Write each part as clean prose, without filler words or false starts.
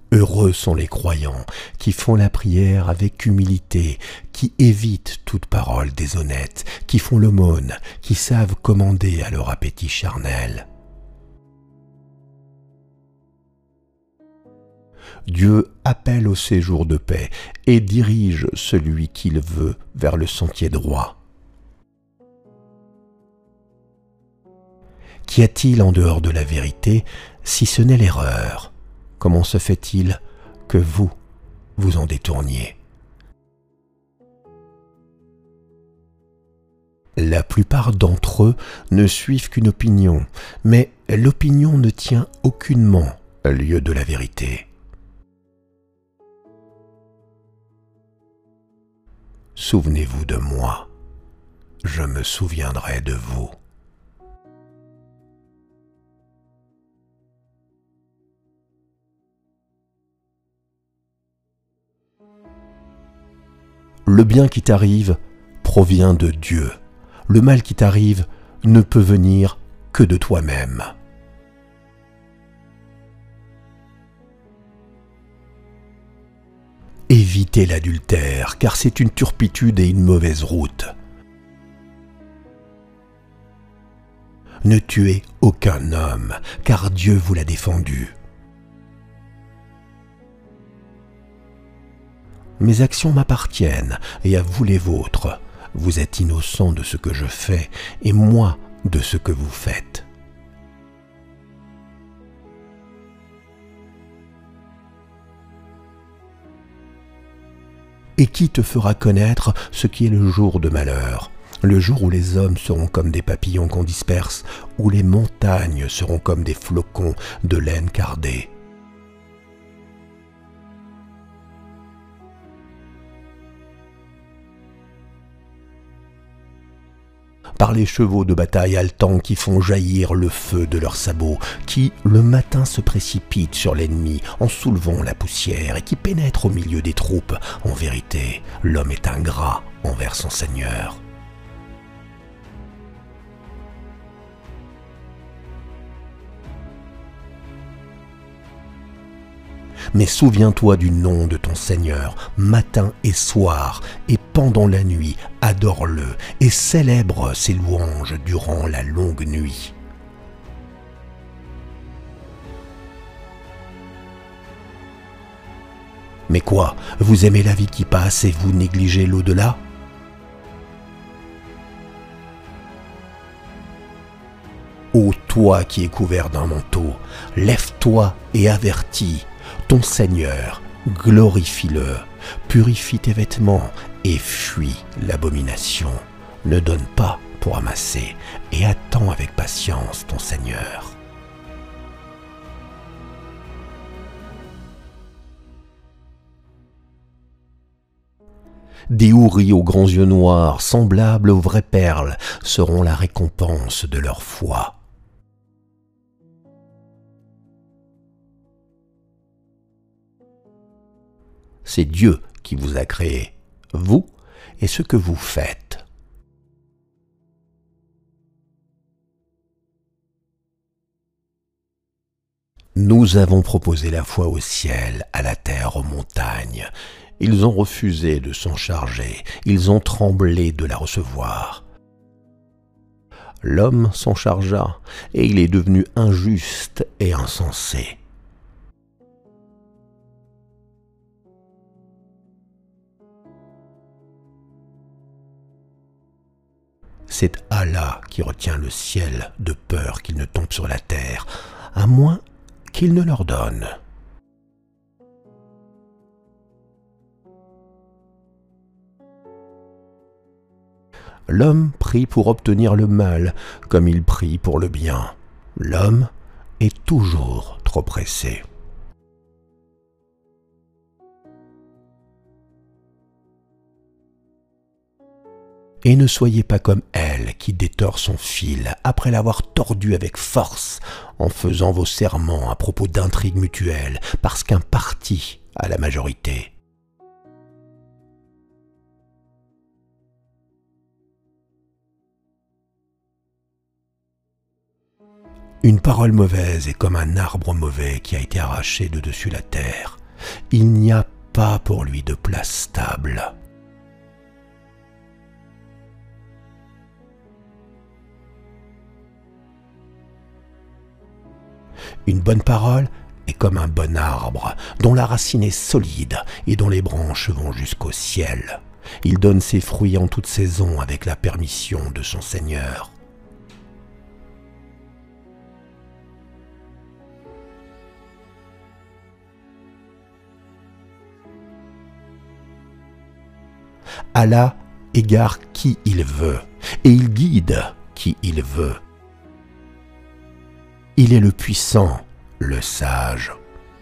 Heureux sont les croyants qui font la prière avec humilité, qui évitent toute parole déshonnête, qui font l'aumône, qui savent commander à leur appétit charnel. Dieu appelle au séjour de paix et dirige celui qu'il veut vers le sentier droit. Qu'y a-t-il en dehors de la vérité si ce n'est l'erreur? Comment se fait-il que vous vous en détourniez? La plupart d'entre eux ne suivent qu'une opinion, mais l'opinion ne tient aucunement lieu de la vérité. Souvenez-vous de moi, je me souviendrai de vous. Le bien qui t'arrive provient de Dieu. Le mal qui t'arrive ne peut venir que de toi-même. Évitez l'adultère, car c'est une turpitude et une mauvaise route. Ne tuez aucun homme, car Dieu vous l'a défendu. Mes actions m'appartiennent, et à vous les vôtres. Vous êtes innocents de ce que je fais, et moi de ce que vous faites. Et qui te fera connaître ce qui est le jour de malheur, le jour où les hommes seront comme des papillons qu'on disperse, où les montagnes seront comme des flocons de laine cardée. Par les chevaux de bataille haletants qui font jaillir le feu de leurs sabots, qui le matin se précipitent sur l'ennemi en soulevant la poussière et qui pénètrent au milieu des troupes. En vérité, l'homme est ingrat envers son Seigneur. Mais souviens-toi du nom de ton Seigneur, matin et soir, et pendant la nuit, adore-le, et célèbre ses louanges durant la longue nuit. Mais quoi, vous aimez la vie qui passe et vous négligez l'au-delà? Ô toi qui es couvert d'un manteau, lève-toi et avertis ton Seigneur, glorifie-le, purifie tes vêtements et fuis l'abomination. Ne donne pas pour amasser et attends avec patience ton Seigneur. Des houris aux grands yeux noirs, semblables aux vraies perles, seront la récompense de leur foi. C'est Dieu qui vous a créé, vous et ce que vous faites. Nous avons proposé la foi au ciel, à la terre, aux montagnes. Ils ont refusé de s'en charger, ils ont tremblé de la recevoir. L'homme s'en chargea, et il est devenu injuste et insensé. C'est Allah qui retient le ciel de peur qu'il ne tombe sur la terre, à moins qu'il ne l'ordonne. L'homme prie pour obtenir le mal, comme il prie pour le bien. L'homme est toujours trop pressé. Et ne soyez pas comme elle qui détord son fil après l'avoir tordu avec force en faisant vos serments à propos d'intrigues mutuelles parce qu'un parti a la majorité. Une parole mauvaise est comme un arbre mauvais qui a été arraché de dessus la terre. Il n'y a pas pour lui de place stable. Une bonne parole est comme un bon arbre, dont la racine est solide et dont les branches vont jusqu'au ciel. Il donne ses fruits en toute saison avec la permission de son Seigneur. Allah égare qui il veut et il guide qui il veut. Il est le puissant, le sage.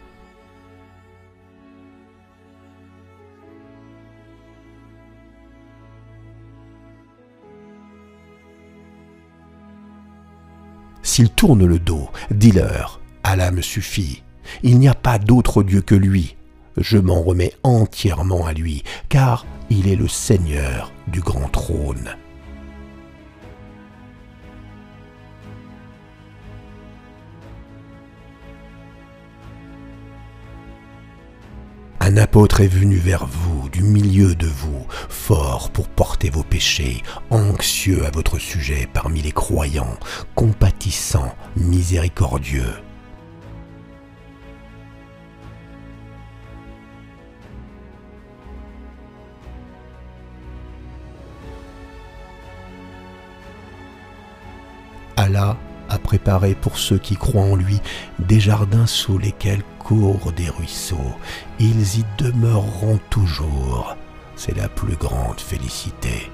S'il tourne le dos, dis-leur, Allah me suffit. Il n'y a pas d'autre Dieu que lui. Je m'en remets entièrement à lui, car il est le Seigneur du grand trône. Un apôtre est venu vers vous, du milieu de vous, fort pour porter vos péchés, anxieux à votre sujet parmi les croyants, compatissant, miséricordieux. Allah a préparé pour ceux qui croient en lui des jardins sous lesquels courent des ruisseaux. Ils y demeureront toujours. C'est la plus grande félicité.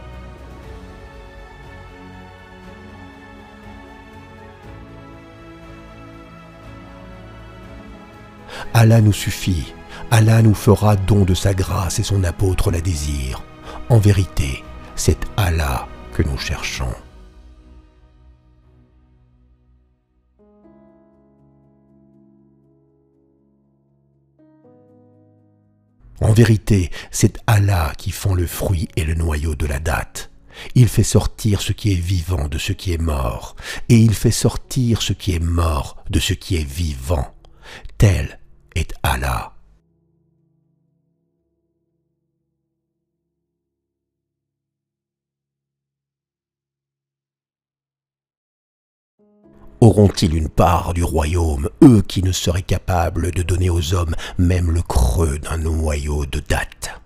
Allah nous suffit. Allah nous fera don de sa grâce et son apôtre la désire. En vérité, c'est Allah que nous cherchons. En vérité, c'est Allah qui fend le fruit et le noyau de la datte. Il fait sortir ce qui est vivant de ce qui est mort, et il fait sortir ce qui est mort de ce qui est vivant. Tel est Allah. Auront-ils une part du royaume, eux qui ne seraient capables de donner aux hommes même le creux d'un noyau de datte?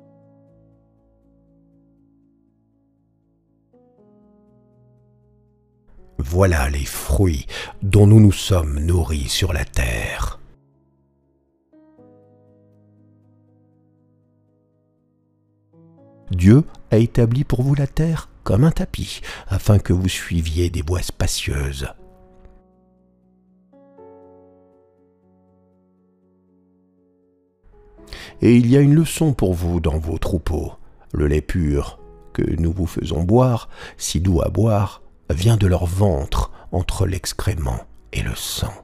Voilà les fruits dont nous nous sommes nourris sur la terre. Dieu a établi pour vous la terre comme un tapis, afin que vous suiviez des voies spacieuses. Et il y a une leçon pour vous dans vos troupeaux. Le lait pur que nous vous faisons boire, si doux à boire, vient de leur ventre entre l'excrément et le sang.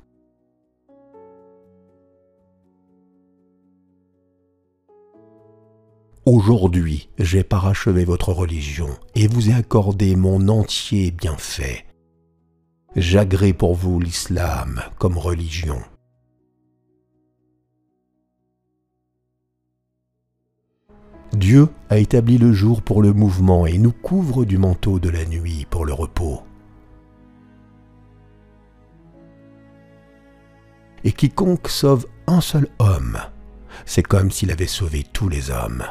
Aujourd'hui, j'ai parachevé votre religion et vous ai accordé mon entier bienfait. J'agrée pour vous l'islam comme religion. Dieu a établi le jour pour le mouvement et nous couvre du manteau de la nuit pour le repos. Et quiconque sauve un seul homme, c'est comme s'il avait sauvé tous les hommes.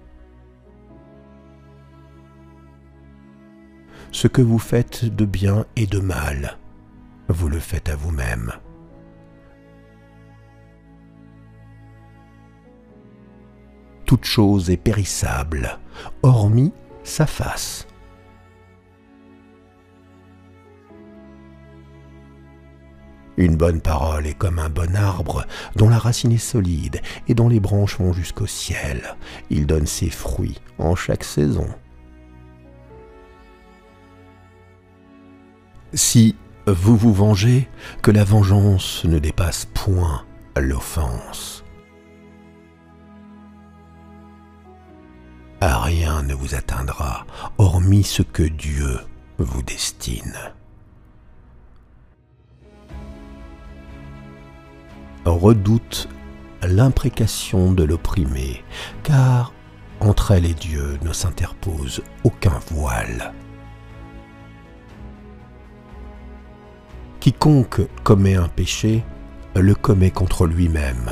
Ce que vous faites de bien et de mal, vous le faites à vous-même. Toute chose est périssable, hormis sa face. Une bonne parole est comme un bon arbre dont la racine est solide et dont les branches vont jusqu'au ciel. Il donne ses fruits en chaque saison. Si vous vous vengez, que la vengeance ne dépasse point l'offense. Rien ne vous atteindra, hormis ce que Dieu vous destine. Redoute l'imprécation de l'opprimé, car entre elle et Dieu ne s'interpose aucun voile. Quiconque commet un péché le commet contre lui-même.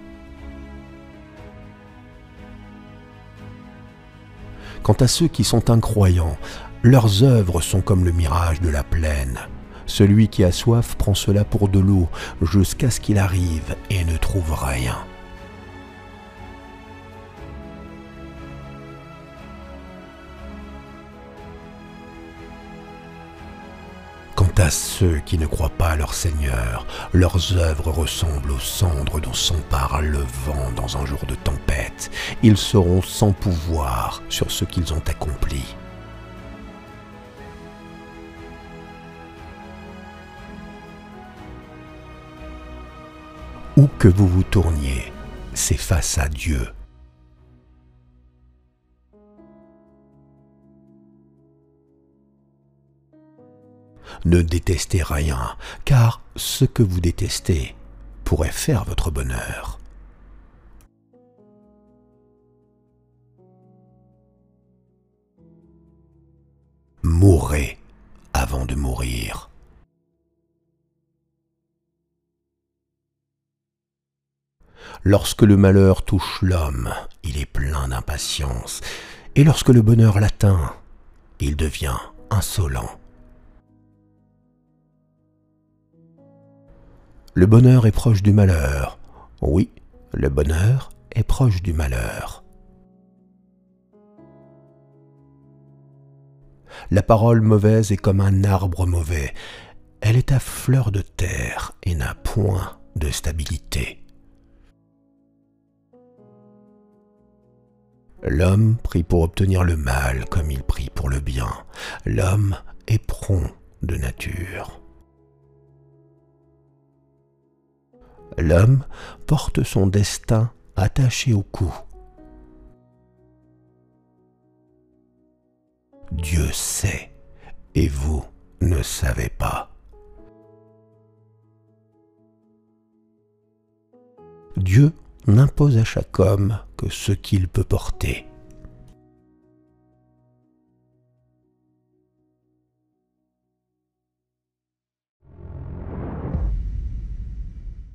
Quant à ceux qui sont incroyants, leurs œuvres sont comme le mirage de la plaine. Celui qui a soif prend cela pour de l'eau jusqu'à ce qu'il arrive et ne trouve rien. Quant à ceux qui ne croient pas à leur Seigneur, leurs œuvres ressemblent aux cendres dont s'empare le vent dans un jour de tempête. Ils seront sans pouvoir sur ce qu'ils ont accompli. Où que vous vous tourniez, c'est face à Dieu. Ne détestez rien, car ce que vous détestez pourrait faire votre bonheur. Mourrez avant de mourir. Lorsque le malheur touche l'homme, il est plein d'impatience, et lorsque le bonheur l'atteint, il devient insolent. Le bonheur est proche du malheur. Oui, le bonheur est proche du malheur. La parole mauvaise est comme un arbre mauvais. Elle est à fleur de terre et n'a point de stabilité. L'homme prie pour obtenir le mal comme il prie pour le bien. L'homme est prompt de nature. L'homme porte son destin attaché au cou. Dieu sait, et vous ne savez pas. Dieu n'impose à chaque homme que ce qu'il peut porter.